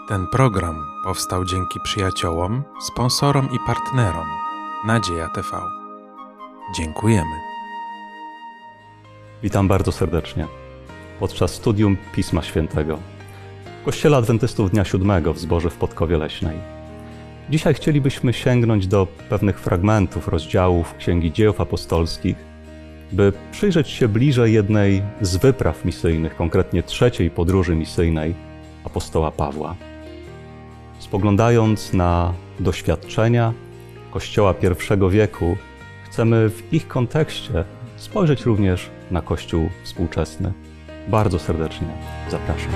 Ten program powstał dzięki przyjaciołom, sponsorom i partnerom Nadzieja TV. Dziękujemy. Witam bardzo serdecznie podczas studium Pisma Świętego w Kościele Adwentystów Dnia Siódmego w Zborze w Podkowie Leśnej. Dzisiaj chcielibyśmy sięgnąć do pewnych fragmentów, rozdziałów Księgi Dziejów Apostolskich, by przyjrzeć się bliżej jednej z wypraw misyjnych, konkretnie trzeciej podróży misyjnej apostoła Pawła. Spoglądając na doświadczenia Kościoła I wieku, chcemy w ich kontekście spojrzeć również na Kościół współczesny. Bardzo serdecznie zapraszam.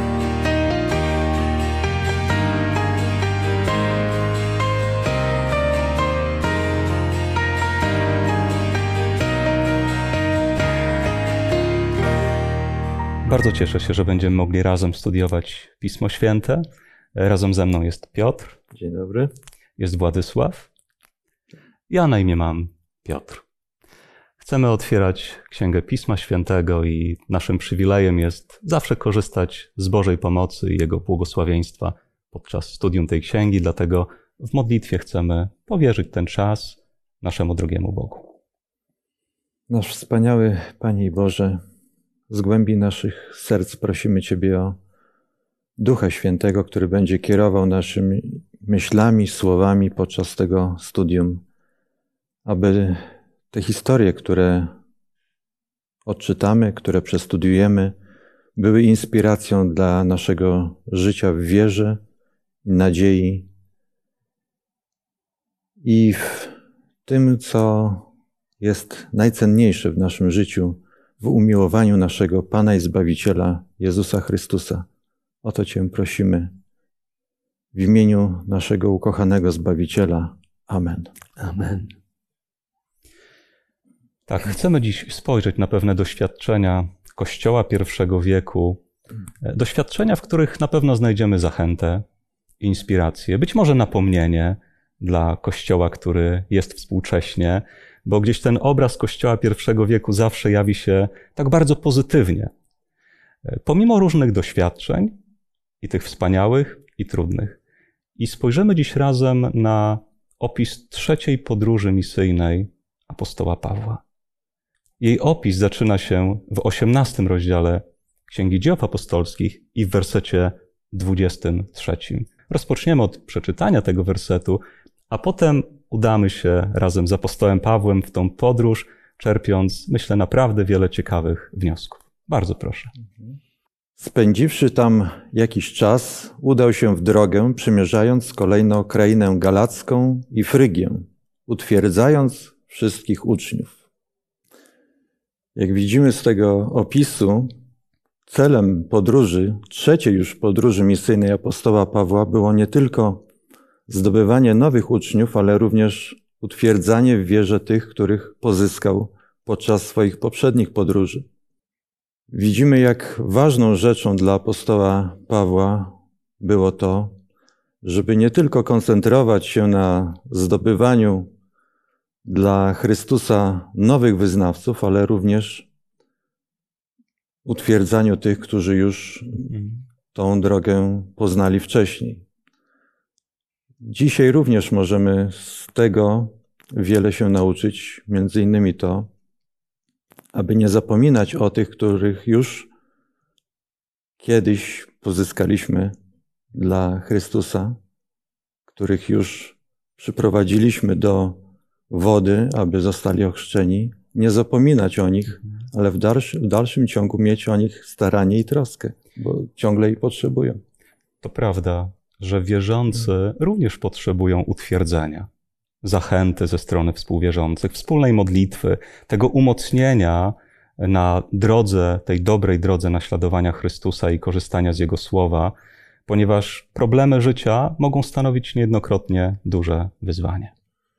Bardzo cieszę się, że będziemy mogli razem studiować Pismo Święte. Razem ze mną jest Piotr. Dzień dobry. Jest Władysław. Ja na imię mam Piotr. Chcemy otwierać Księgę Pisma Świętego i naszym przywilejem jest zawsze korzystać z Bożej pomocy i Jego błogosławieństwa podczas studium tej księgi, dlatego w modlitwie chcemy powierzyć ten czas naszemu drogiemu Bogu. Nasz wspaniały Panie Boże, z głębi naszych serc prosimy Ciebie o Ducha Świętego, który będzie kierował naszymi myślami, słowami podczas tego studium, aby te historie, które odczytamy, które przestudiujemy, były inspiracją dla naszego życia w wierze i nadziei i w tym, co jest najcenniejsze w naszym życiu, w umiłowaniu naszego Pana i Zbawiciela Jezusa Chrystusa. O to Cię prosimy w imieniu naszego ukochanego Zbawiciela. Amen. Amen. Tak, chcemy dziś spojrzeć na pewne doświadczenia Kościoła I wieku, doświadczenia, w których na pewno znajdziemy zachętę, inspirację, być może napomnienie dla Kościoła, który jest współcześnie, bo gdzieś ten obraz Kościoła I wieku zawsze jawi się tak bardzo pozytywnie. Pomimo różnych doświadczeń, i tych wspaniałych, i trudnych. I spojrzymy dziś razem na opis trzeciej podróży misyjnej apostoła Pawła. Jej opis zaczyna się w 18 rozdziale Księgi Dziejów Apostolskich i w wersecie 23. Rozpoczniemy od przeczytania tego wersetu, a potem udamy się razem z apostołem Pawłem w tą podróż, czerpiąc, myślę, naprawdę wiele ciekawych wniosków. Bardzo proszę. Spędziwszy tam jakiś czas, udał się w drogę, przymierzając kolejno krainę galacką i Frygię, utwierdzając wszystkich uczniów. Jak widzimy z tego opisu, celem podróży, trzeciej już podróży misyjnej apostoła Pawła było nie tylko zdobywanie nowych uczniów, ale również utwierdzanie w wierze tych, których pozyskał podczas swoich poprzednich podróży. Widzimy, jak ważną rzeczą dla apostoła Pawła było to, żeby nie tylko koncentrować się na zdobywaniu dla Chrystusa nowych wyznawców, ale również utwierdzaniu tych, którzy już tą drogę poznali wcześniej. Dzisiaj również możemy z tego wiele się nauczyć, między innymi to, aby nie zapominać o tych, których już kiedyś pozyskaliśmy dla Chrystusa, których już przyprowadziliśmy do wody, aby zostali ochrzczeni. Nie zapominać o nich, ale w dalszym ciągu mieć o nich staranie i troskę, bo ciągle jej potrzebują. To prawda, że wierzący również potrzebują utwierdzenia, zachęty ze strony współwierzących, wspólnej modlitwy, tego umocnienia na drodze, tej dobrej drodze naśladowania Chrystusa i korzystania z Jego słowa, ponieważ problemy życia mogą stanowić niejednokrotnie duże wyzwanie.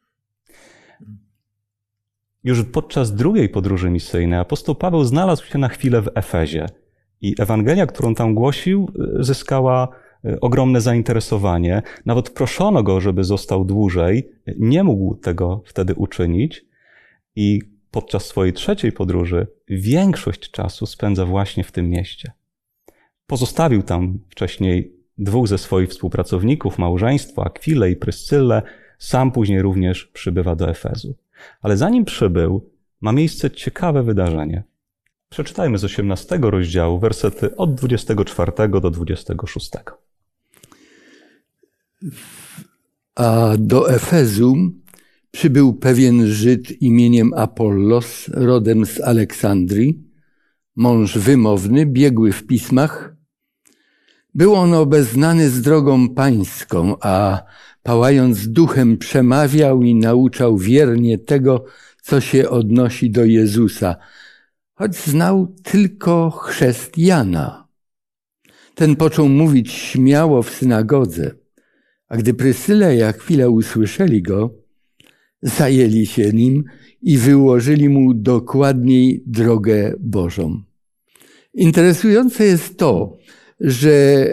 Już podczas drugiej podróży misyjnej apostoł Paweł znalazł się na chwilę w Efezie i Ewangelia, którą tam głosił, zyskała ogromne zainteresowanie. Nawet proszono go, żeby został dłużej. Nie mógł tego wtedy uczynić i podczas swojej trzeciej podróży większość czasu spędza właśnie w tym mieście. Pozostawił tam wcześniej 2 ze swoich współpracowników, małżeństwa, Akwilę i Pryscyllę, sam później również przybywa do Efezu. Ale zanim przybył, ma miejsce ciekawe wydarzenie. Przeczytajmy z 18 rozdziału, wersety od 24 do 26. A do Efezu przybył pewien Żyd imieniem Apollos, rodem z Aleksandrii, mąż wymowny, biegły w pismach. Był on obeznany z drogą pańską, a pałając duchem przemawiał i nauczał wiernie tego, co się odnosi do Jezusa, choć znał tylko chrzest Jana. Ten począł mówić śmiało w synagodze, a gdy Pryscyla i Akwila usłyszeli go, zajęli się nim i wyłożyli mu dokładniej drogę Bożą. Interesujące jest to, że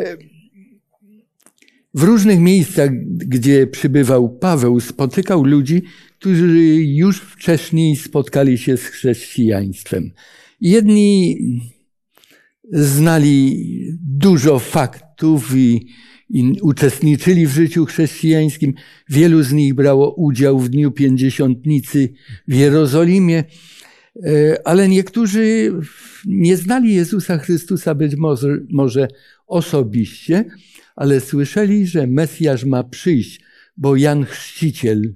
w różnych miejscach, gdzie przybywał Paweł, spotykał ludzi, którzy już wcześniej spotkali się z chrześcijaństwem. Jedni znali dużo faktów i uczestniczyli w życiu chrześcijańskim. Wielu z nich brało udział w Dniu Pięćdziesiątnicy w Jerozolimie, ale niektórzy nie znali Jezusa Chrystusa być może osobiście, ale słyszeli, że Mesjasz ma przyjść, bo Jan Chrzciciel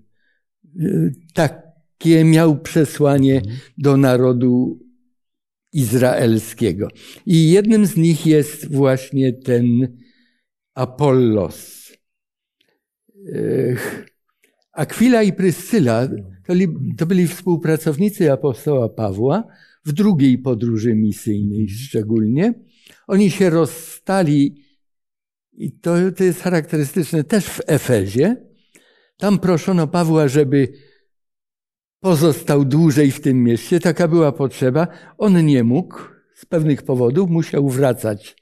takie miał przesłanie do narodu izraelskiego. I jednym z nich jest właśnie ten Apollos. Akwila i Pryscyla to byli współpracownicy apostoła Pawła, w drugiej podróży misyjnej szczególnie. Oni się rozstali, i to jest charakterystyczne, też w Efezie. Tam proszono Pawła, żeby pozostał dłużej w tym mieście. Taka była potrzeba. On nie mógł, z pewnych powodów musiał wracać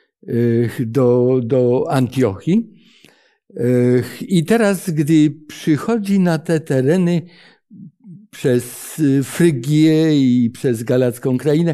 do Antiochii. I teraz, gdy przychodzi na te tereny przez Frygię i przez Galacką krainę,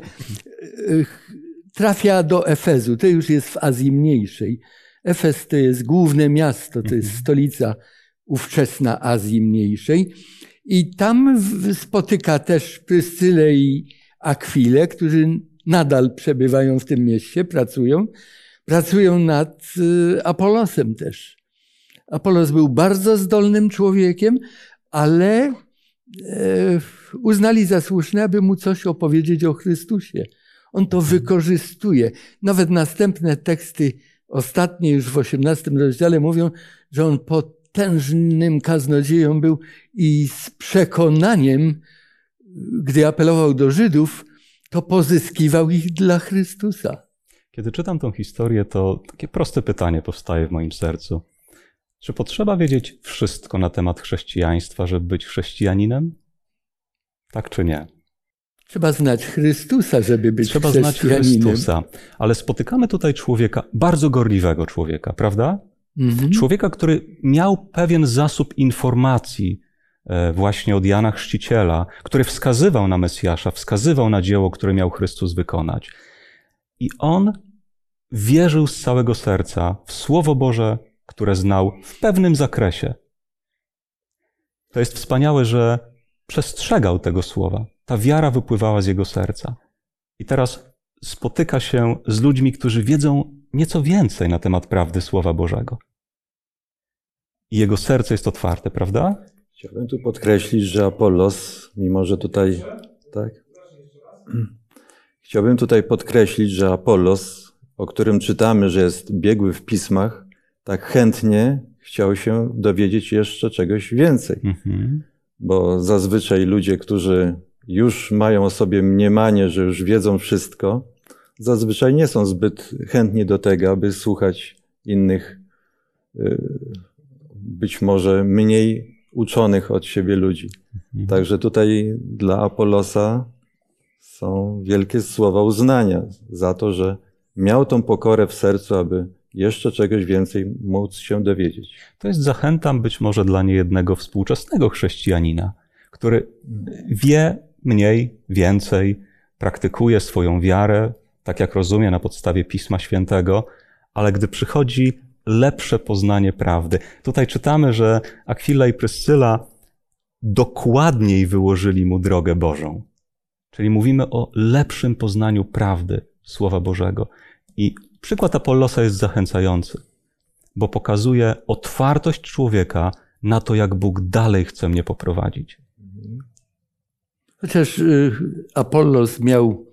trafia do Efezu. To już jest w Azji Mniejszej. Efez to jest główne miasto, to jest stolica ówczesna Azji Mniejszej. I tam spotyka też Pryscylę i Akwilę, którzy nadal przebywają w tym mieście, pracują nad Apollosem też. Apollos był bardzo zdolnym człowiekiem, ale uznali za słuszne, aby mu coś opowiedzieć o Chrystusie. On to wykorzystuje. Nawet następne teksty, ostatnie już w 18 rozdziale, mówią, że on potężnym kaznodzieją był i z przekonaniem, gdy apelował do Żydów, to pozyskiwał ich dla Chrystusa. Kiedy czytam tą historię, to takie proste pytanie powstaje w moim sercu. Czy potrzeba wiedzieć wszystko na temat chrześcijaństwa, żeby być chrześcijaninem? Tak czy nie? Trzeba znać Chrystusa, żeby być chrześcijaninem. Trzeba znać Chrystusa, ale spotykamy tutaj człowieka, bardzo gorliwego człowieka, prawda? Człowieka, który miał pewien zasób informacji właśnie od Jana Chrzciciela, który wskazywał na Mesjasza, wskazywał na dzieło, które miał Chrystus wykonać. I on wierzył z całego serca w Słowo Boże, które znał w pewnym zakresie. To jest wspaniałe, że przestrzegał tego słowa. Ta wiara wypływała z jego serca. I teraz spotyka się z ludźmi, którzy wiedzą nieco więcej na temat prawdy Słowa Bożego. I jego serce jest otwarte, prawda? Chciałbym tu podkreślić, że Apollos, mimo że tutaj... Tak? Chciałbym tutaj podkreślić, że Apollos, o którym czytamy, że jest biegły w pismach, tak chętnie chciał się dowiedzieć jeszcze czegoś więcej. Bo zazwyczaj ludzie, którzy już mają o sobie mniemanie, że już wiedzą wszystko, zazwyczaj nie są zbyt chętni do tego, aby słuchać innych, być może mniej uczonych od siebie ludzi. Także tutaj dla Apollosa są wielkie słowa uznania za to, że miał tą pokorę w sercu, aby jeszcze czegoś więcej móc się dowiedzieć. To jest zachęta być może dla niejednego współczesnego chrześcijanina, który wie mniej, więcej, praktykuje swoją wiarę, tak jak rozumie, na podstawie Pisma Świętego, ale gdy przychodzi lepsze poznanie prawdy. Tutaj czytamy, że Akwila i Pryscyla dokładniej wyłożyli mu drogę Bożą. Czyli mówimy o lepszym poznaniu prawdy Słowa Bożego. I przykład Apollosa jest zachęcający, bo pokazuje otwartość człowieka na to, jak Bóg dalej chce mnie poprowadzić. Chociaż Apollos miał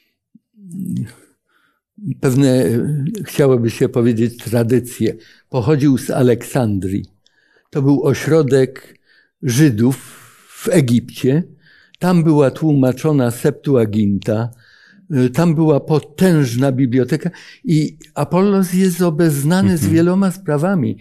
pewne, chciałoby się powiedzieć, tradycje. Pochodził z Aleksandrii. To był ośrodek Żydów w Egipcie. Tam była tłumaczona Septuaginta. Tam była potężna biblioteka i Apollos jest obeznany z wieloma sprawami.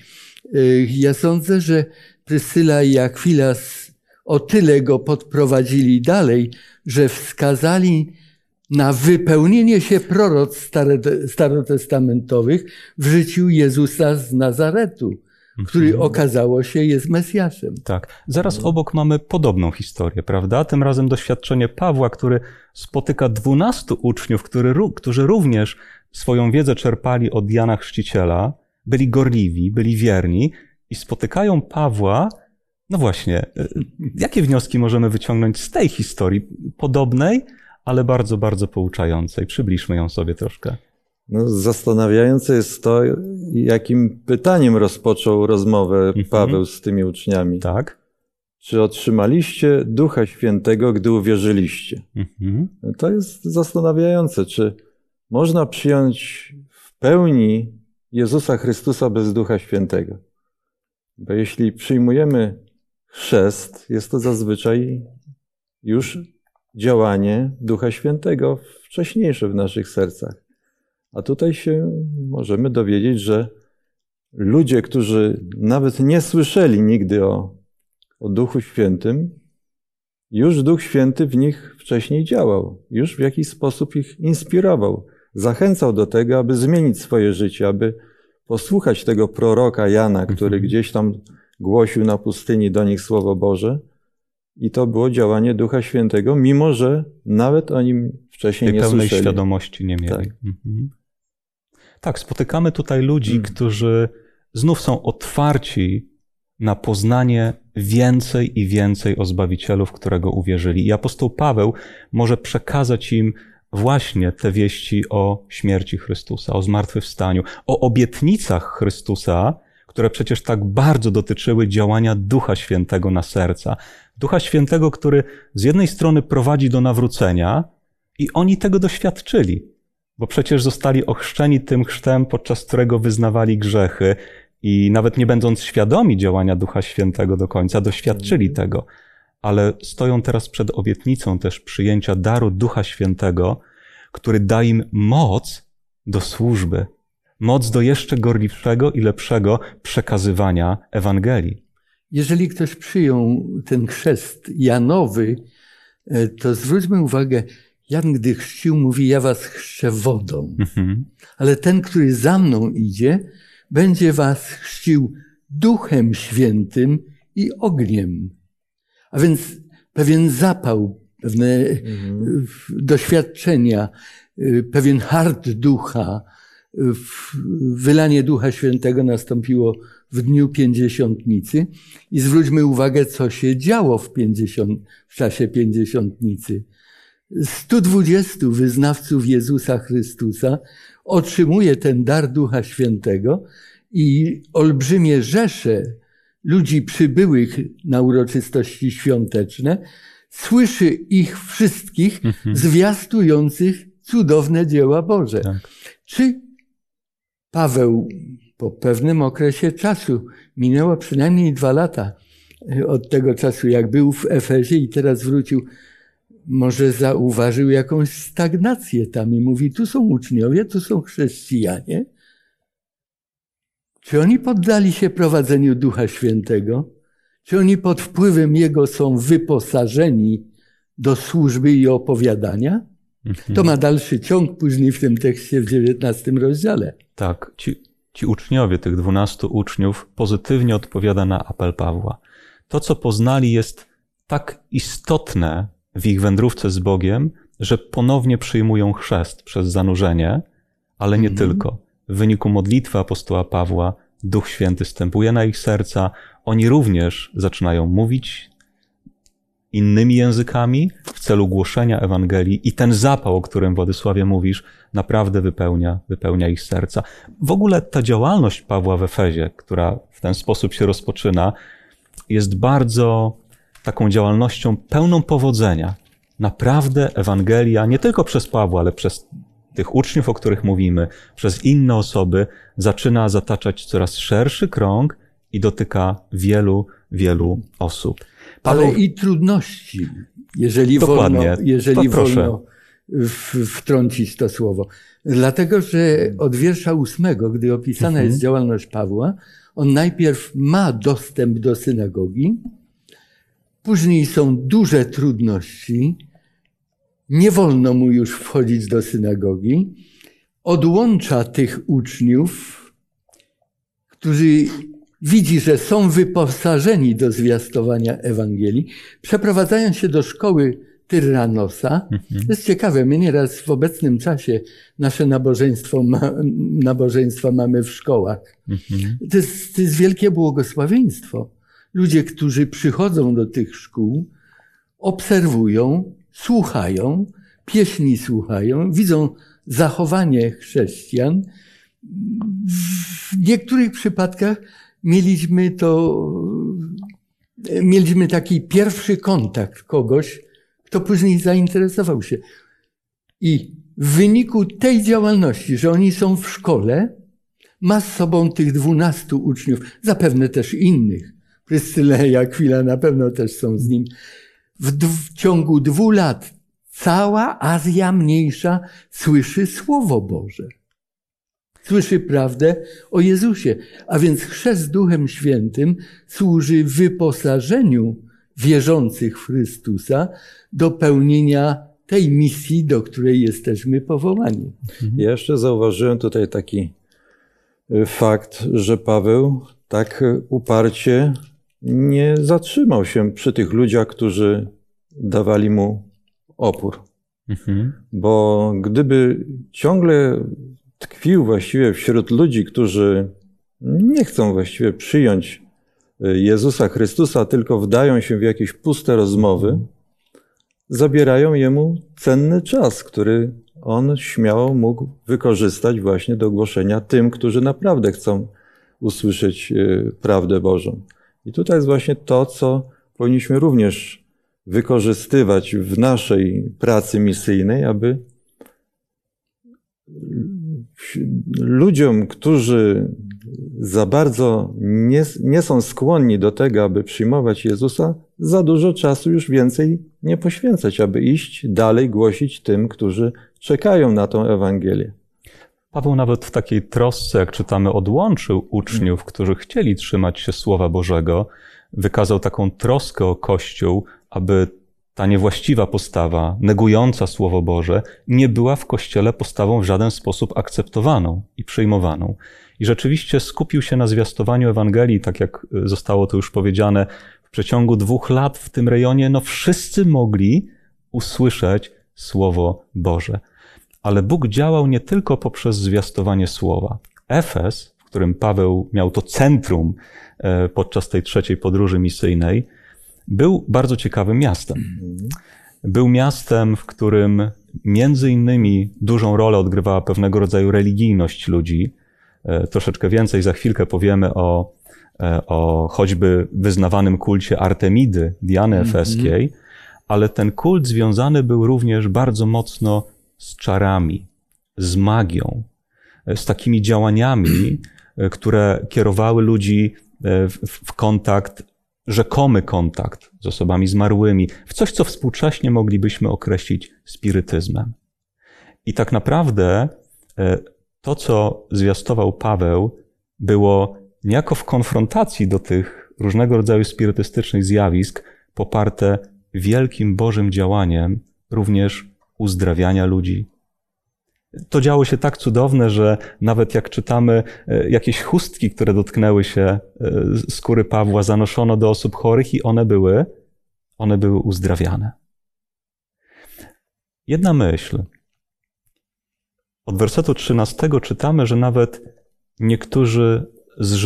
Ja sądzę, że Pryscyla i Akwila o tyle go podprowadzili dalej, że wskazali na wypełnienie się proroc starotestamentowych w życiu Jezusa z Nazaretu, który okazało się jest Mesjaszem. Tak. Zaraz obok mamy podobną historię, prawda? Tym razem doświadczenie Pawła, który spotyka 12 uczniów, którzy również swoją wiedzę czerpali od Jana Chrzciciela, byli gorliwi, byli wierni i spotykają Pawła. No właśnie, jakie wnioski możemy wyciągnąć z tej historii? Podobnej, ale bardzo, bardzo pouczającej. Przybliżmy ją sobie troszkę. No, zastanawiające jest to, jakim pytaniem rozpoczął rozmowę Paweł z tymi uczniami. Tak. Czy otrzymaliście Ducha Świętego, gdy uwierzyliście? To jest zastanawiające, czy można przyjąć w pełni Jezusa Chrystusa bez Ducha Świętego? Bo jeśli przyjmujemy chrzest, jest to zazwyczaj już działanie Ducha Świętego wcześniejsze w naszych sercach. A tutaj się możemy dowiedzieć, że ludzie, którzy nawet nie słyszeli nigdy o Duchu Świętym, już Duch Święty w nich wcześniej działał, już w jakiś sposób ich inspirował, zachęcał do tego, aby zmienić swoje życie, aby posłuchać tego proroka Jana, który gdzieś tam głosił na pustyni do nich Słowo Boże. I to było działanie Ducha Świętego, mimo że nawet o nim wcześniej nie słyszeli. Pełnej świadomości nie mieli. Tak, tak, spotykamy tutaj ludzi, którzy znów są otwarci na poznanie więcej i więcej o Zbawicielu, w którego uwierzyli. I apostoł Paweł może przekazać im właśnie te wieści o śmierci Chrystusa, o zmartwychwstaniu, o obietnicach Chrystusa, które przecież tak bardzo dotyczyły działania Ducha Świętego na serca. Ducha Świętego, który z jednej strony prowadzi do nawrócenia i oni tego doświadczyli, bo przecież zostali ochrzczeni tym chrztem, podczas którego wyznawali grzechy i nawet nie będąc świadomi działania Ducha Świętego do końca, doświadczyli tego. Ale stoją teraz przed obietnicą też przyjęcia daru Ducha Świętego, który da im moc do służby, moc do jeszcze gorliwszego i lepszego przekazywania Ewangelii. Jeżeli ktoś przyjął ten chrzest Janowy, to zwróćmy uwagę, Jan, gdy chrzcił, mówi: ja was chrzczę wodą. Ale ten, który za mną idzie, będzie was chrzcił Duchem Świętym i ogniem. A więc pewien zapał, pewne doświadczenia, pewien hart ducha, wylanie Ducha Świętego nastąpiło w dniu Pięćdziesiątnicy i zwróćmy uwagę, co się działo w czasie Pięćdziesiątnicy. 120 wyznawców Jezusa Chrystusa otrzymuje ten dar Ducha Świętego i olbrzymie rzesze ludzi przybyłych na uroczystości świąteczne słyszy ich wszystkich zwiastujących cudowne dzieła Boże. Tak. Czy Paweł po pewnym okresie czasu, minęło przynajmniej 2 lata od tego czasu, jak był w Efezie i teraz wrócił, może zauważył jakąś stagnację tam i mówi: tu są uczniowie, tu są chrześcijanie. Czy oni poddali się prowadzeniu Ducha Świętego? Czy oni pod wpływem Jego są wyposażeni do służby i opowiadania? To ma dalszy ciąg później w tym tekście w 19 rozdziale. Tak, ci uczniowie, tych 12 uczniów, pozytywnie odpowiada na apel Pawła. To, co poznali, jest tak istotne w ich wędrówce z Bogiem, że ponownie przyjmują chrzest przez zanurzenie, ale nie tylko. w wyniku modlitwy apostoła Pawła Duch Święty stępuje na ich serca. Oni również zaczynają mówić innymi językami w celu głoszenia Ewangelii i ten zapał, o którym, Władysławie, mówisz, naprawdę wypełnia ich serca. W ogóle ta działalność Pawła w Efezie, która w ten sposób się rozpoczyna, jest bardzo taką działalnością pełną powodzenia. Naprawdę Ewangelia, nie tylko przez Pawła, ale przez tych uczniów, o których mówimy, przez inne osoby, zaczyna zataczać coraz szerszy krąg i dotyka wielu, wielu osób. Ale i trudności, jeżeli wolno wtrącić to słowo. Dlatego, że od wiersza 8, gdy opisana jest działalność Pawła, on najpierw ma dostęp do synagogi, później są duże trudności, nie wolno mu już wchodzić do synagogi, odłącza tych uczniów, którzy widzi, że są wyposażeni do zwiastowania Ewangelii, przeprowadzają się do Tyranosa. To jest ciekawe, my nieraz w obecnym czasie nasze nabożeństwa mamy w szkołach. To jest wielkie błogosławieństwo. Ludzie, którzy przychodzą do tych szkół, obserwują, słuchają, pieśni słuchają, widzą zachowanie chrześcijan. W niektórych przypadkach mieliśmy taki pierwszy kontakt kogoś, kto później zainteresował się. I w wyniku tej działalności, że oni są w szkole, ma z sobą tych 12 uczniów, zapewne też innych. Pryscyla i Akwila na pewno też są z nim. W ciągu 2 lat cała Azja Mniejsza słyszy Słowo Boże. Słyszy prawdę o Jezusie. A więc chrzest Duchem Świętym służy wyposażeniu wierzących w Chrystusa do pełnienia tej misji, do której jesteśmy powołani. Ja jeszcze zauważyłem tutaj taki fakt, że Paweł tak uparcie nie zatrzymał się przy tych ludziach, którzy dawali mu opór. Bo gdyby ciągle tkwił właściwie wśród ludzi, którzy nie chcą właściwie przyjąć Jezusa Chrystusa, tylko wdają się w jakieś puste rozmowy, zabierają jemu cenny czas, który on śmiało mógł wykorzystać właśnie do głoszenia tym, którzy naprawdę chcą usłyszeć prawdę Bożą. I tutaj jest właśnie to, co powinniśmy również wykorzystywać w naszej pracy misyjnej, aby ludziom, którzy za bardzo nie są skłonni do tego, aby przyjmować Jezusa, za dużo czasu już więcej nie poświęcać, aby iść dalej, głosić tym, którzy czekają na tą Ewangelię. Paweł nawet w takiej trosce, jak czytamy, odłączył uczniów, którzy chcieli trzymać się Słowa Bożego, wykazał taką troskę o Kościół, aby ta niewłaściwa postawa, negująca Słowo Boże, nie była w Kościele postawą w żaden sposób akceptowaną i przyjmowaną. I rzeczywiście skupił się na zwiastowaniu Ewangelii, tak jak zostało to już powiedziane, w przeciągu 2 lat w tym rejonie, wszyscy mogli usłyszeć Słowo Boże. Ale Bóg działał nie tylko poprzez zwiastowanie Słowa. Efes, w którym Paweł miał to centrum podczas tej 3. podróży misyjnej, był bardzo ciekawym miastem. Był miastem, w którym między innymi dużą rolę odgrywała pewnego rodzaju religijność ludzi. Troszeczkę więcej za chwilkę powiemy o choćby wyznawanym kulcie Artemidy, Diany Efeskiej, ale ten kult związany był również bardzo mocno z czarami, z magią, z takimi działaniami, które kierowały ludzi w kontakt, rzekomy kontakt z osobami zmarłymi, w coś, co współcześnie moglibyśmy określić spirytyzmem. I tak naprawdę to, co zwiastował Paweł, było niejako w konfrontacji do tych różnego rodzaju spirytystycznych zjawisk, poparte wielkim Bożym działaniem, również uzdrawiania ludzi. To działo się tak cudowne, że nawet jak czytamy jakieś chustki, które dotknęły się skóry Pawła, zanoszono do osób chorych i one były uzdrawiane. Jedna myśl. Od wersetu 13 czytamy, że nawet niektórzy z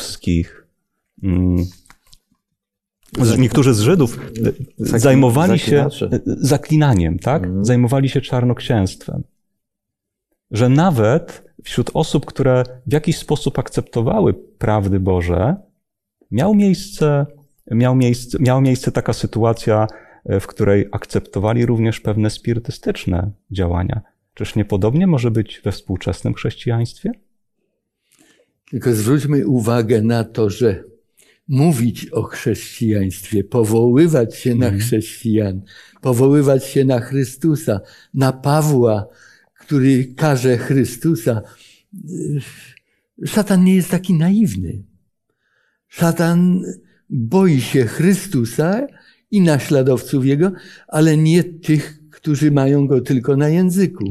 Żydów zajmowali się zaklinaniem, tak? Zajmowali się czarnoksięstwem. Że nawet wśród osób, które w jakiś sposób akceptowały prawdy Boże, miała miejsce taka sytuacja, w której akceptowali również pewne spirytystyczne działania. Czyż niepodobnie może być we współczesnym chrześcijaństwie? Tylko zwróćmy uwagę na to, że mówić o chrześcijaństwie, powoływać się na chrześcijan, powoływać się na Chrystusa, na Pawła, który każe Chrystusa. Szatan nie jest taki naiwny. Szatan boi się Chrystusa i naśladowców Jego, ale nie tych, którzy mają Go tylko na języku.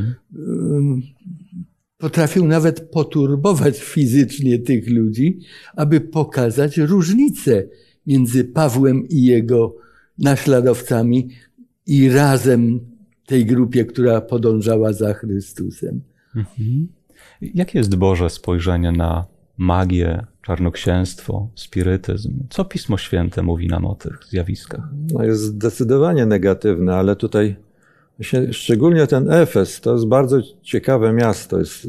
Potrafią nawet poturbować fizycznie tych ludzi, aby pokazać różnicę między Pawłem i jego naśladowcami i razem tej grupie, która podążała za Chrystusem. Jakie jest Boże spojrzenie na magię, czarnoksięstwo, spirytyzm? Co Pismo Święte mówi nam o tych zjawiskach? No jest zdecydowanie negatywne, ale tutaj właśnie szczególnie ten Efes to jest bardzo ciekawe miasto. Jest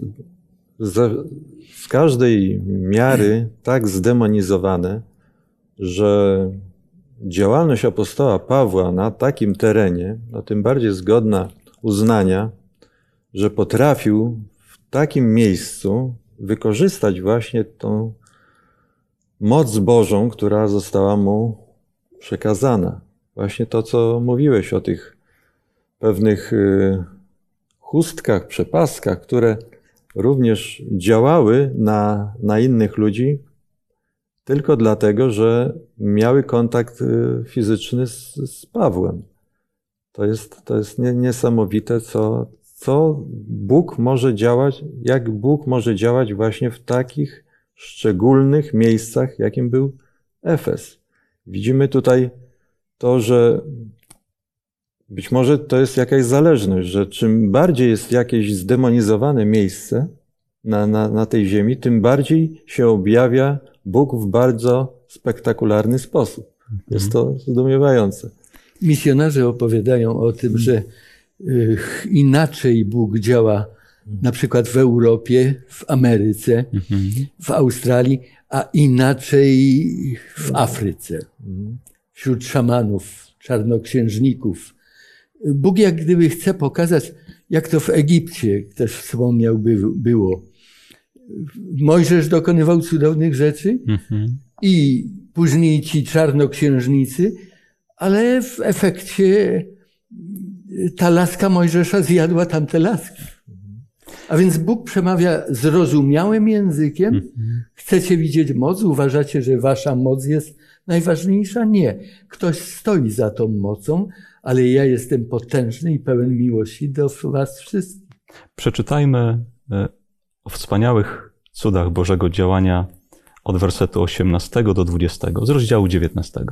z każdej miary tak zdemonizowane, że działalność apostoła Pawła na takim terenie, no tym bardziej jest godna uznania, że potrafił w takim miejscu wykorzystać właśnie tą moc Bożą, która została mu przekazana. Właśnie to, co mówiłeś o tych pewnych chustkach, przepaskach, które również działały na innych ludzi tylko dlatego, że miały kontakt fizyczny z Pawłem. To jest niesamowite, co Bóg może działać, jak Bóg może działać właśnie w takich szczególnych miejscach, jakim był Efes. Widzimy tutaj to, że być może to jest jakaś zależność, że czym bardziej jest jakieś zdemonizowane miejsce na tej ziemi, tym bardziej się objawia Bóg w bardzo spektakularny sposób. Jest to zdumiewające. Misjonarze opowiadają o tym, że inaczej Bóg działa na przykład w Europie, w Ameryce, w Australii, a inaczej w Afryce, wśród szamanów, czarnoksiężników. Bóg jak gdyby chce pokazać, jak to w Egipcie, też wspomniał, było. Mojżesz dokonywał cudownych rzeczy i później ci czarnoksiężnicy, ale w efekcie ta laska Mojżesza zjadła tamte laski. A więc Bóg przemawia zrozumiałym językiem. Chcecie widzieć moc? Uważacie, że wasza moc jest najważniejsza? Nie. Ktoś stoi za tą mocą, ale ja jestem potężny i pełen miłości do was wszystkich. Przeczytajmy o wspaniałych cudach Bożego działania od wersetu 18 do 20, z rozdziału 19.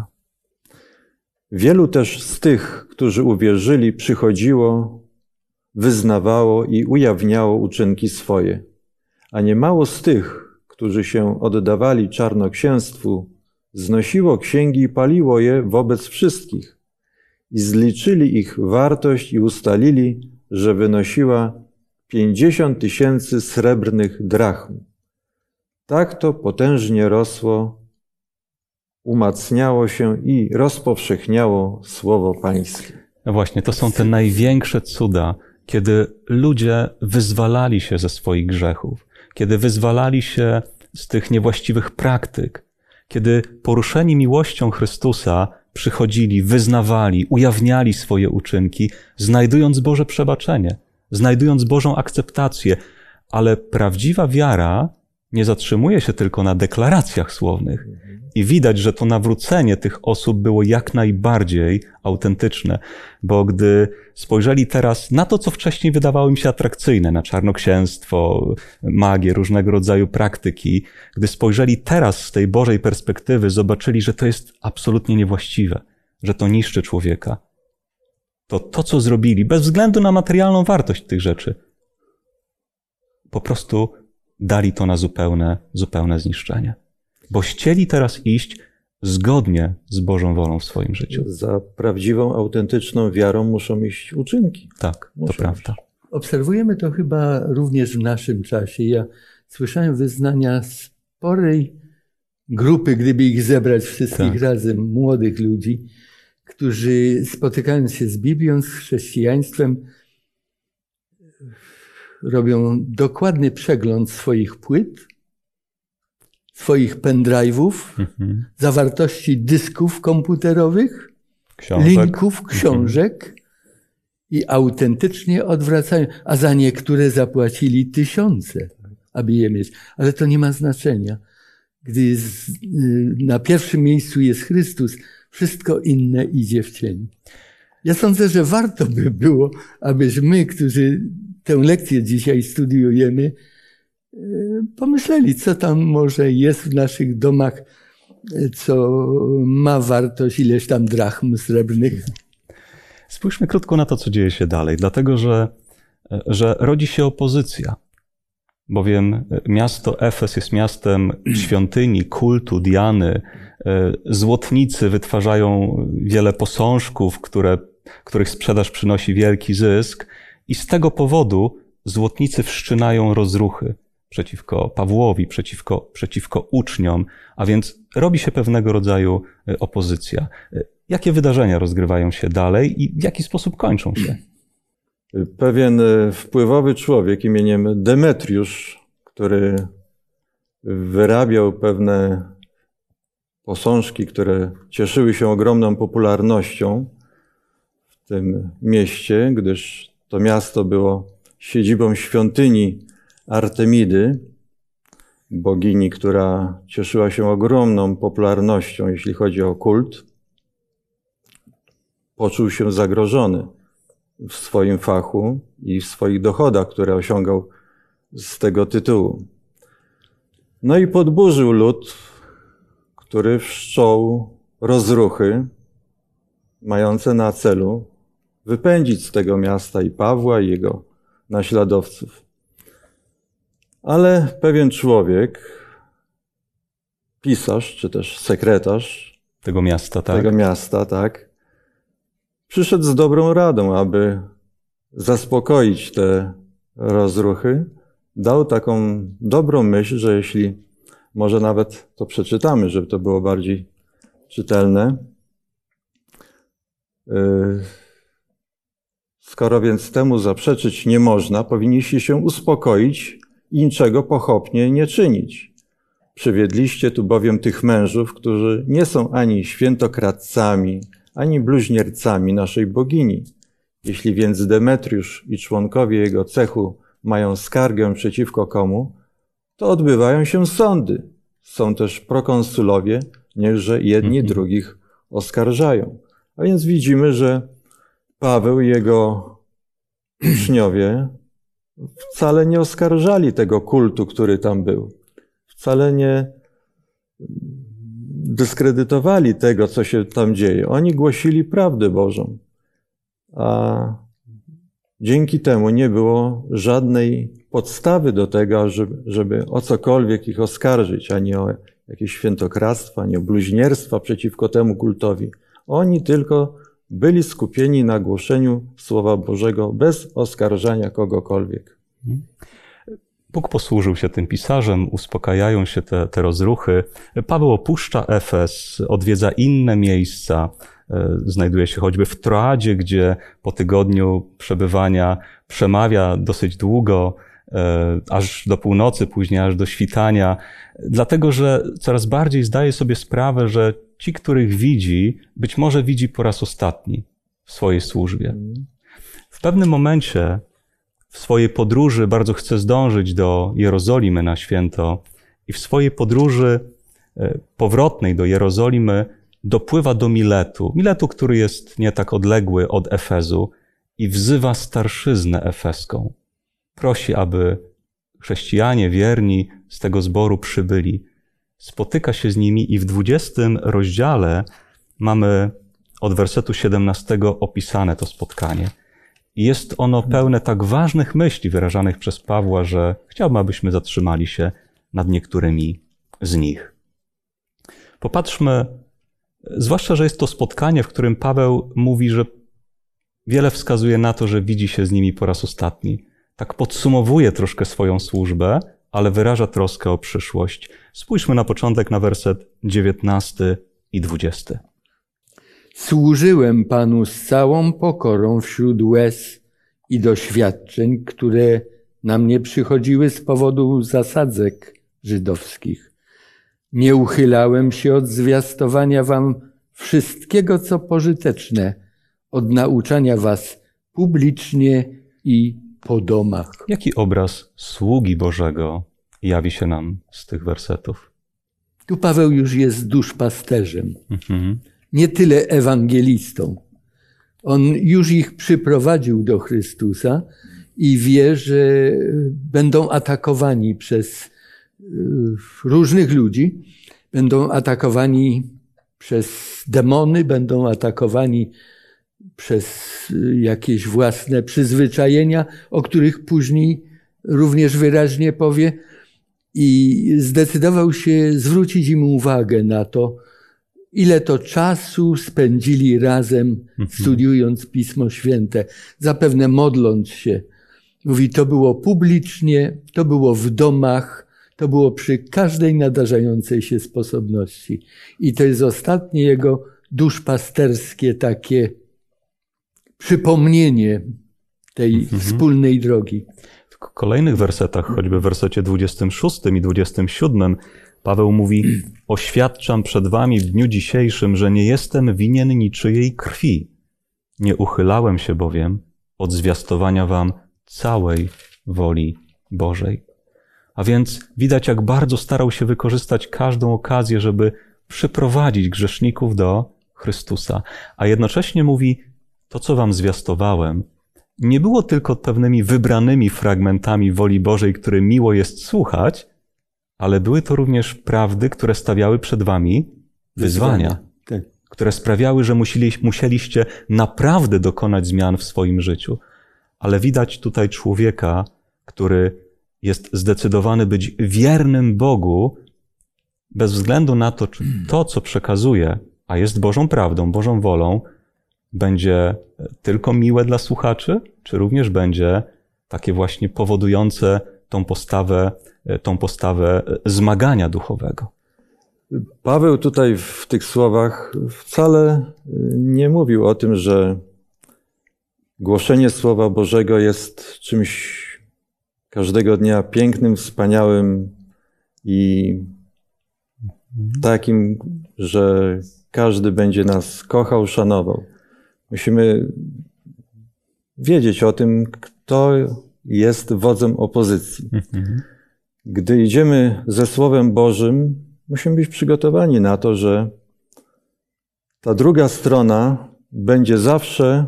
Wielu też z tych, którzy uwierzyli, przychodziło, wyznawało i ujawniało uczynki swoje, a niemało z tych, którzy się oddawali czarnoksięstwu, znosiło księgi i paliło je wobec wszystkich i zliczyli ich wartość i ustalili, że wynosiła 50 000 srebrnych drachm. Tak to potężnie rosło, umacniało się i rozpowszechniało słowo Pańskie. No właśnie, to są te największe cuda, kiedy ludzie wyzwalali się ze swoich grzechów, kiedy wyzwalali się z tych niewłaściwych praktyk, kiedy poruszeni miłością Chrystusa przychodzili, wyznawali, ujawniali swoje uczynki, znajdując Boże przebaczenie, znajdując Bożą akceptację. Ale prawdziwa wiara nie zatrzymuje się tylko na deklaracjach słownych. I widać, że to nawrócenie tych osób było jak najbardziej autentyczne, bo gdy spojrzeli teraz na to, co wcześniej wydawało im się atrakcyjne, na czarnoksięstwo, magię, różnego rodzaju praktyki, gdy spojrzeli teraz z tej Bożej perspektywy, zobaczyli, że to jest absolutnie niewłaściwe, że to niszczy człowieka. To, co zrobili, bez względu na materialną wartość tych rzeczy, po prostu dali to na zupełne zniszczenie. Bo chcieli teraz iść zgodnie z Bożą wolą w swoim życiu. Za prawdziwą, autentyczną wiarą muszą iść uczynki. Tak, to prawda. Obserwujemy to chyba również w naszym czasie. Ja słyszałem wyznania sporej grupy, gdyby ich zebrać wszystkich razem, młodych ludzi, którzy spotykając się z Biblią, z chrześcijaństwem, robią dokładny przegląd swoich płyt, swoich pendrive'ów, zawartości dysków komputerowych, linków, książek i autentycznie odwracają. A za niektóre zapłacili 1000, aby je mieć. Ale to nie ma znaczenia. Gdy na pierwszym miejscu jest Chrystus, wszystko inne idzie w cień. Ja sądzę, że warto by było, abyśmy, którzy tę lekcję dzisiaj studiujemy, pomyśleli, co tam może jest w naszych domach, co ma wartość ileś tam drachm srebrnych. Spójrzmy krótko na to, co dzieje się dalej, dlatego że rodzi się opozycja. Bowiem miasto Efes jest miastem świątyni, kultu, Diany. Złotnicy wytwarzają wiele posążków, których sprzedaż przynosi wielki zysk. I z tego powodu złotnicy wszczynają rozruchy przeciwko Pawłowi, przeciwko uczniom, a więc robi się pewnego rodzaju opozycja. Jakie wydarzenia rozgrywają się dalej i w jaki sposób kończą się? Pewien wpływowy człowiek imieniem Demetriusz, który wyrabiał pewne posążki, które cieszyły się ogromną popularnością w tym mieście, gdyż to miasto było siedzibą świątyni Artemidy, bogini, która cieszyła się ogromną popularnością, jeśli chodzi o kult. Poczuł się zagrożony w swoim fachu i w swoich dochodach, które osiągał z tego tytułu. No i podburzył lud, który wszczął rozruchy mające na celu wypędzić z tego miasta i Pawła, i jego naśladowców. Ale pewien człowiek, pisarz, czy też sekretarz tego miasta, tak, przyszedł z dobrą radą, aby zaspokoić te rozruchy. Dał taką dobrą myśl, że jeśli może nawet to przeczytamy, żeby to było bardziej czytelne. Skoro więc temu zaprzeczyć nie można, powinniście się uspokoić i niczego pochopnie nie czynić. Przywiedliście tu bowiem tych mężów, którzy nie są ani świętokradcami, ani bluźniercami naszej bogini. Jeśli więc Demetriusz i członkowie jego cechu mają skargę przeciwko komu, to odbywają się sądy. Są też prokonsulowie, niechże jedni drugich oskarżają. A więc widzimy, że Paweł i jego uczniowie wcale nie oskarżali tego kultu, który tam był. Wcale nie dyskredytowali tego, co się tam dzieje. Oni głosili prawdę Bożą. A dzięki temu nie było żadnej podstawy do tego, żeby o cokolwiek ich oskarżyć, ani o jakieś świętokradztwa, ani o bluźnierstwa przeciwko temu kultowi. Oni tylko byli skupieni na głoszeniu Słowa Bożego bez oskarżania kogokolwiek. Bóg posłużył się tym pisarzem, uspokajają się te rozruchy. Paweł opuszcza Efes, odwiedza inne miejsca, znajduje się choćby w Troadzie, gdzie po tygodniu przebywania przemawia dosyć długo, aż do północy, później aż do świtania, dlatego że coraz bardziej zdaje sobie sprawę, że ci, których widzi, być może widzi po raz ostatni w swojej służbie. W pewnym momencie w swojej podróży bardzo chce zdążyć do Jerozolimy na święto i w swojej podróży powrotnej do Jerozolimy dopływa do Miletu, który jest nie tak odległy od Efezu i wzywa starszyznę efeską. Prosi, aby chrześcijanie wierni z tego zboru przybyli. Spotyka się z nimi i w 20 rozdziale mamy od wersetu 17 opisane to spotkanie. I jest ono pełne tak ważnych myśli wyrażanych przez Pawła, że chciałbym, abyśmy zatrzymali się nad niektórymi z nich. Popatrzmy, zwłaszcza, że jest to spotkanie, w którym Paweł mówi, że wiele wskazuje na to, że widzi się z nimi po raz ostatni. Tak podsumowuje troszkę swoją służbę, ale wyraża troskę o przyszłość. Spójrzmy na początek na werset 19 i 20. Służyłem Panu z całą pokorą wśród łez i doświadczeń, które na mnie przychodziły z powodu zasadzek żydowskich. Nie uchylałem się od zwiastowania wam wszystkiego, co pożyteczne, od nauczania was publicznie i po domach. Jaki obraz sługi Bożego jawi się nam z tych wersetów? Tu Paweł już jest duszpasterzem, nie tyle ewangelistą. On już ich przyprowadził do Chrystusa i wie, że będą atakowani przez różnych ludzi, będą atakowani przez demony, będą atakowani przez jakieś własne przyzwyczajenia, o których później również wyraźnie powie, i zdecydował się zwrócić im uwagę na to, ile to czasu spędzili razem, studiując Pismo Święte, zapewne modląc się. Mówi, to było publicznie, to było w domach, to było przy każdej nadarzającej się sposobności. I to jest ostatnie jego duszpasterskie takie przypomnienie tej wspólnej drogi. W kolejnych wersetach, choćby w wersecie 26 i 27, Paweł mówi: oświadczam przed wami w dniu dzisiejszym, że nie jestem winien niczyjej krwi. Nie uchylałem się bowiem od zwiastowania wam całej woli Bożej. A więc widać, jak bardzo starał się wykorzystać każdą okazję, żeby przyprowadzić grzeszników do Chrystusa. A jednocześnie mówi, to co wam zwiastowałem, nie było tylko pewnymi wybranymi fragmentami woli Bożej, które miło jest słuchać, ale były to również prawdy, które stawiały przed wami wyzwania, Tak. które sprawiały, że musieliście naprawdę dokonać zmian w swoim życiu. Ale widać tutaj człowieka, który jest zdecydowany być wiernym Bogu, bez względu na to, czy to, co przekazuje, a jest Bożą prawdą, Bożą wolą, będzie tylko miłe dla słuchaczy, czy również będzie takie właśnie powodujące tą postawę zmagania duchowego. Paweł tutaj w tych słowach wcale nie mówił o tym, że głoszenie Słowa Bożego jest czymś każdego dnia pięknym, wspaniałym i takim, że każdy będzie nas kochał, szanował. Musimy wiedzieć o tym, kto jest wodzem opozycji. Gdy idziemy ze Słowem Bożym, musimy być przygotowani na to, że ta druga strona będzie zawsze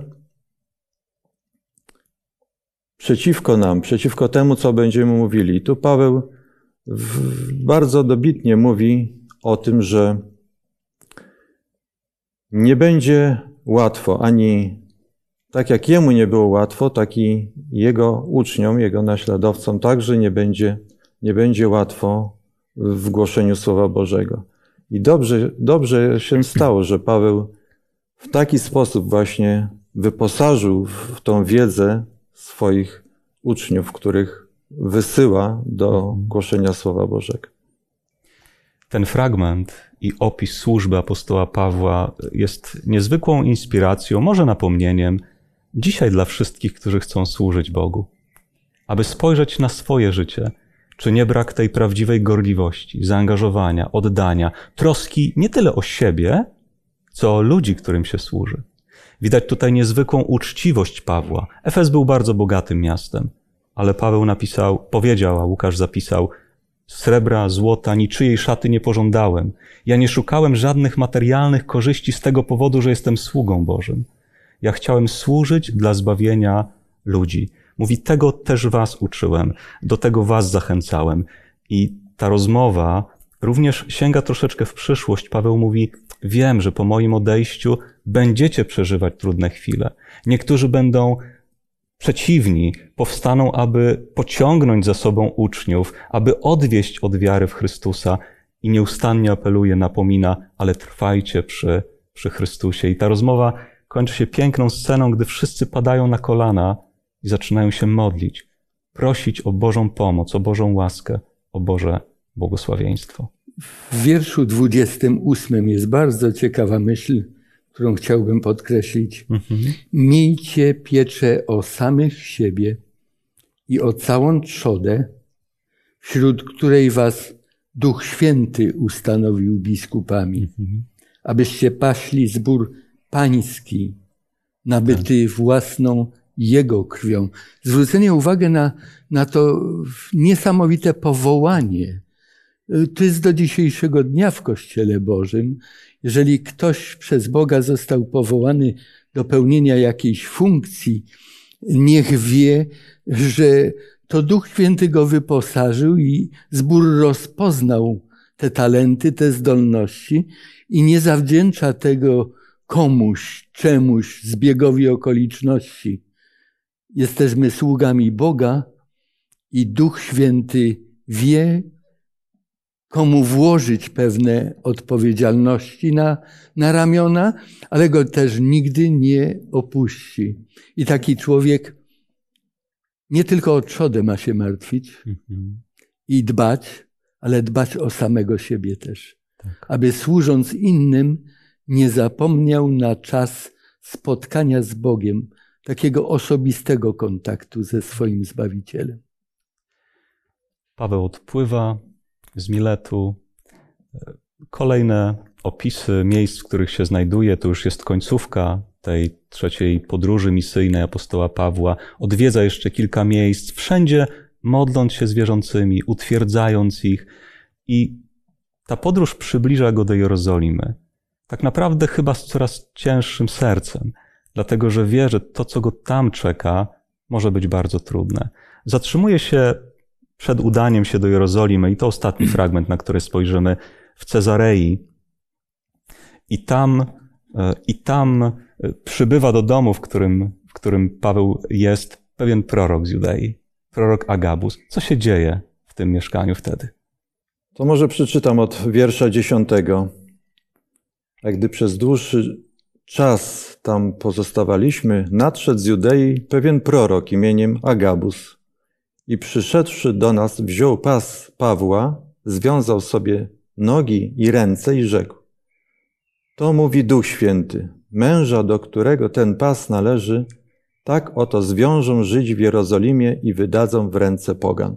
przeciwko nam, przeciwko temu, co będziemy mówili. Tu Paweł bardzo dobitnie mówi o tym, że nie będzie łatwo, ani tak jak jemu nie było łatwo, tak i jego uczniom, jego naśladowcom także nie będzie łatwo w głoszeniu Słowa Bożego. I dobrze się stało, że Paweł w taki sposób właśnie wyposażył w tą wiedzę swoich uczniów, których wysyła do głoszenia Słowa Bożego. Ten fragment i opis służby apostoła Pawła jest niezwykłą inspiracją, może napomnieniem dzisiaj dla wszystkich, którzy chcą służyć Bogu. Aby spojrzeć na swoje życie, czy nie brak tej prawdziwej gorliwości, zaangażowania, oddania, troski nie tyle o siebie, co o ludzi, którym się służy. Widać tutaj niezwykłą uczciwość Pawła. Efes był bardzo bogatym miastem, ale Paweł powiedział, a Łukasz zapisał: srebra, złota, niczyjej szaty nie pożądałem. Ja nie szukałem żadnych materialnych korzyści z tego powodu, że jestem sługą Bożym. Ja chciałem służyć dla zbawienia ludzi. Mówi, tego też was uczyłem, do tego was zachęcałem. I ta rozmowa również sięga troszeczkę w przyszłość. Paweł mówi, wiem, że po moim odejściu będziecie przeżywać trudne chwile. Niektórzy będą przeciwni powstaną, aby pociągnąć za sobą uczniów, aby odwieść od wiary w Chrystusa i nieustannie apeluje, napomina, ale trwajcie przy Chrystusie. I ta rozmowa kończy się piękną sceną, gdy wszyscy padają na kolana i zaczynają się modlić, prosić o Bożą pomoc, o Bożą łaskę, o Boże błogosławieństwo. W wierszu 28 jest bardzo ciekawa myśl, którą chciałbym podkreślić. Miejcie pieczę o samych siebie i o całą trzodę, wśród której was Duch Święty ustanowił biskupami, abyście paśli zbór pański, nabyty własną Jego krwią. Zwrócenie uwagi na to niesamowite powołanie. To jest do dzisiejszego dnia w Kościele Bożym. Jeżeli ktoś przez Boga został powołany do pełnienia jakiejś funkcji, niech wie, że to Duch Święty go wyposażył i zbór rozpoznał te talenty, te zdolności i nie zawdzięcza tego komuś, czemuś, zbiegowi okoliczności. Jesteśmy sługami Boga i Duch Święty wie, komu włożyć pewne odpowiedzialności na ramiona, ale go też nigdy nie opuści. I taki człowiek nie tylko o trzodę ma się martwić i dbać, ale dbać o samego siebie też. Tak. Aby służąc innym nie zapomniał na czas spotkania z Bogiem, takiego osobistego kontaktu ze swoim Zbawicielem. Paweł odpływa z Miletu. Kolejne opisy miejsc, w których się znajduje, to już jest końcówka tej trzeciej podróży misyjnej apostoła Pawła. Odwiedza jeszcze kilka miejsc, wszędzie modląc się z wierzącymi, utwierdzając ich. I ta podróż przybliża go do Jerozolimy. Tak naprawdę chyba z coraz cięższym sercem, dlatego że wie, że to, co go tam czeka, może być bardzo trudne. Zatrzymuje się przed udaniem się do Jerozolimy, i to ostatni fragment, na który spojrzymy, w Cezarei. I tam przybywa do domu, w którym Paweł jest, pewien prorok z Judei, prorok Agabus. Co się dzieje w tym mieszkaniu wtedy? To może przeczytam od wiersza 10. A gdy przez dłuższy czas tam pozostawaliśmy, nadszedł z Judei pewien prorok imieniem Agabus i przyszedłszy do nas, wziął pas Pawła, związał sobie nogi i ręce i rzekł: to mówi Duch Święty, męża, do którego ten pas należy, tak oto zwiążą Żydzi w Jerozolimie i wydadzą w ręce pogan.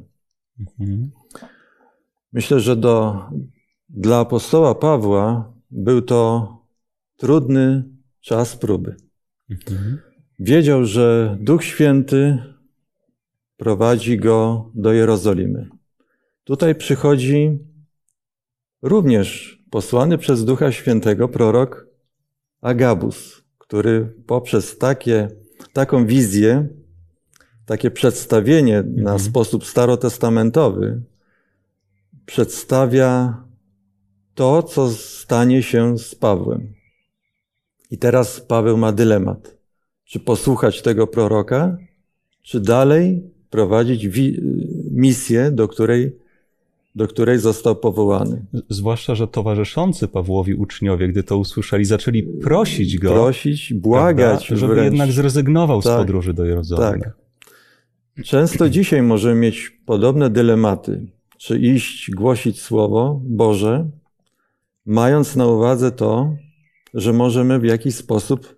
Myślę, że dla apostoła Pawła był to trudny czas próby. Wiedział, że Duch Święty prowadzi go do Jerozolimy. Tutaj przychodzi również posłany przez Ducha Świętego prorok Agabus, który poprzez taką wizję, takie przedstawienie na sposób starotestamentowy przedstawia to, co stanie się z Pawłem. I teraz Paweł ma dylemat. Czy posłuchać tego proroka, czy dalej prowadzić misję, do której został powołany. Zwłaszcza, że towarzyszący Pawłowi uczniowie, gdy to usłyszeli, zaczęli prosić go, błagać, prawda, żeby jednak zrezygnował z podróży do Jerozolimy. Tak. Często dzisiaj możemy mieć podobne dylematy, czy iść głosić Słowo Boże, mając na uwadze to, że możemy w jakiś sposób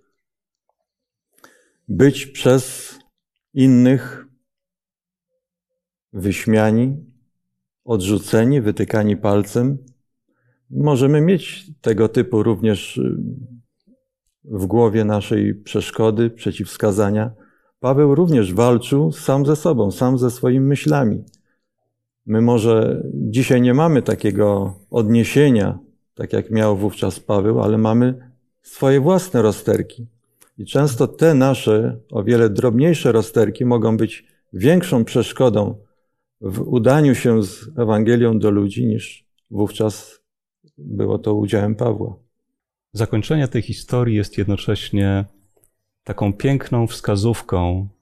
być przez innych wyśmiani, odrzuceni, wytykani palcem. Możemy mieć tego typu również w głowie naszej przeszkody, przeciwwskazania. Paweł również walczył sam ze sobą, sam ze swoimi myślami. My może dzisiaj nie mamy takiego odniesienia, tak jak miał wówczas Paweł, ale mamy swoje własne rozterki. I często te nasze, o wiele drobniejsze rozterki mogą być większą przeszkodą w udaniu się z Ewangelią do ludzi, niż wówczas było to udziałem Pawła. Zakończenie tej historii jest jednocześnie taką piękną wskazówką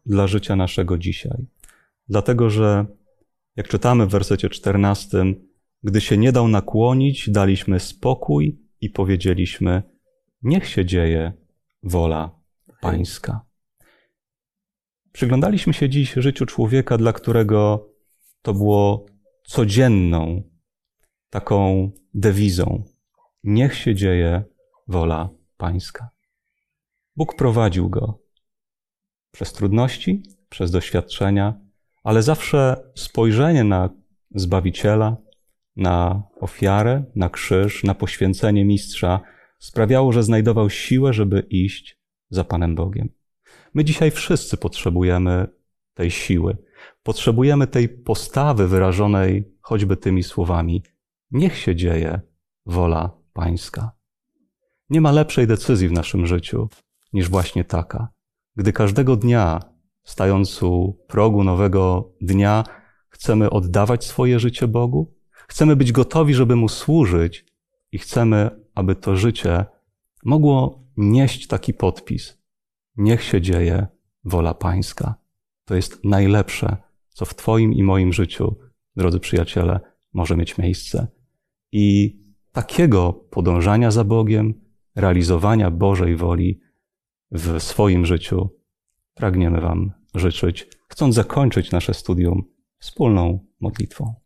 dla życia naszego dzisiaj. Dlatego, że jak czytamy w wersecie 14, gdy się nie dał nakłonić, daliśmy spokój i powiedzieliśmy, niech się dzieje wola Pańska. Przyglądaliśmy się dziś życiu człowieka, dla którego to było codzienną taką dewizą. Niech się dzieje wola Pańska. Bóg prowadził go przez trudności, przez doświadczenia, ale zawsze spojrzenie na Zbawiciela, na ofiarę, na krzyż, na poświęcenie Mistrza sprawiało, że znajdował siłę, żeby iść za Panem Bogiem. My dzisiaj wszyscy potrzebujemy tej siły. Potrzebujemy tej postawy wyrażonej choćby tymi słowami. Niech się dzieje wola Pańska. Nie ma lepszej decyzji w naszym życiu niż właśnie taka. Gdy każdego dnia, stając u progu nowego dnia, chcemy oddawać swoje życie Bogu, chcemy być gotowi, żeby Mu służyć i chcemy, aby to życie mogło nieść taki podpis. Niech się dzieje wola Pańska. To jest najlepsze, co w Twoim i moim życiu, drodzy przyjaciele, może mieć miejsce. I takiego podążania za Bogiem, realizowania Bożej woli w swoim życiu pragniemy Wam życzyć, chcąc zakończyć nasze studium wspólną modlitwą.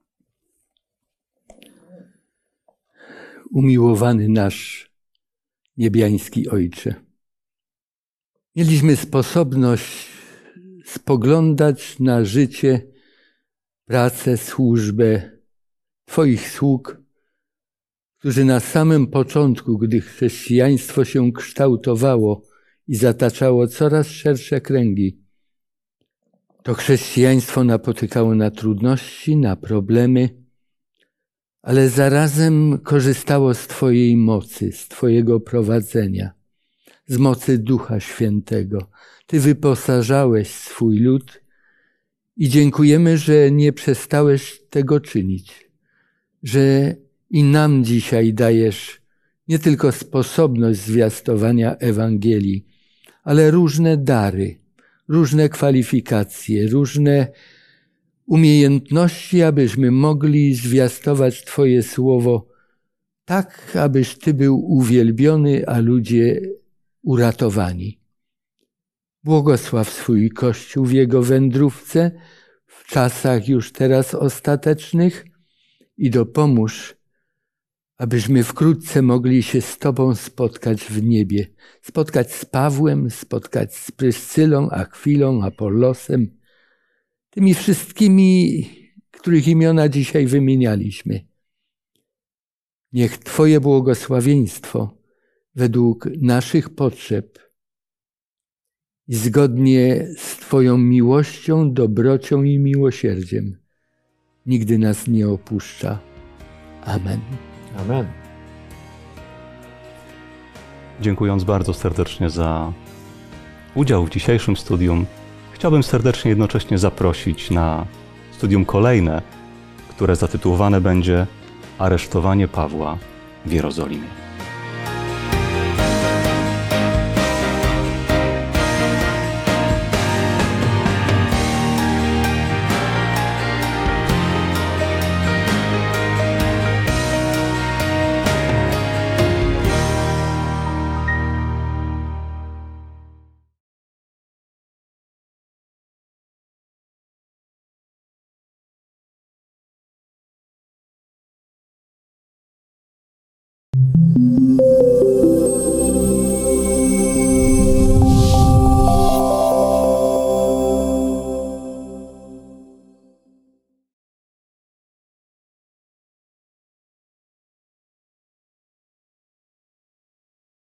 Umiłowany nasz niebiański Ojcze, mieliśmy sposobność spoglądać na życie, pracę, służbę Twoich sług, którzy na samym początku, gdy chrześcijaństwo się kształtowało i zataczało coraz szersze kręgi, to chrześcijaństwo napotykało na trudności, na problemy, ale zarazem korzystało z Twojej mocy, z Twojego prowadzenia, z mocy Ducha Świętego. Ty wyposażałeś swój lud i dziękujemy, że nie przestałeś tego czynić, że i nam dzisiaj dajesz nie tylko sposobność zwiastowania Ewangelii, ale różne dary, różne kwalifikacje, różne umiejętności, abyśmy mogli zwiastować Twoje słowo tak, abyś Ty był uwielbiony, a ludzie uratowani. Błogosław swój Kościół w jego wędrówce, w czasach już teraz ostatecznych i dopomóż, abyśmy wkrótce mogli się z Tobą spotkać w niebie. Spotkać z Pawłem, spotkać z Pryscylą, Akwilą, Apollosem, tymi wszystkimi, których imiona dzisiaj wymienialiśmy. Niech Twoje błogosławieństwo według naszych potrzeb i zgodnie z Twoją miłością, dobrocią i miłosierdziem nigdy nas nie opuszcza. Amen. Amen. Dziękując bardzo serdecznie za udział w dzisiejszym studium, chciałbym serdecznie jednocześnie zaprosić na studium kolejne, które zatytułowane będzie Aresztowanie Pawła w Jerozolimie.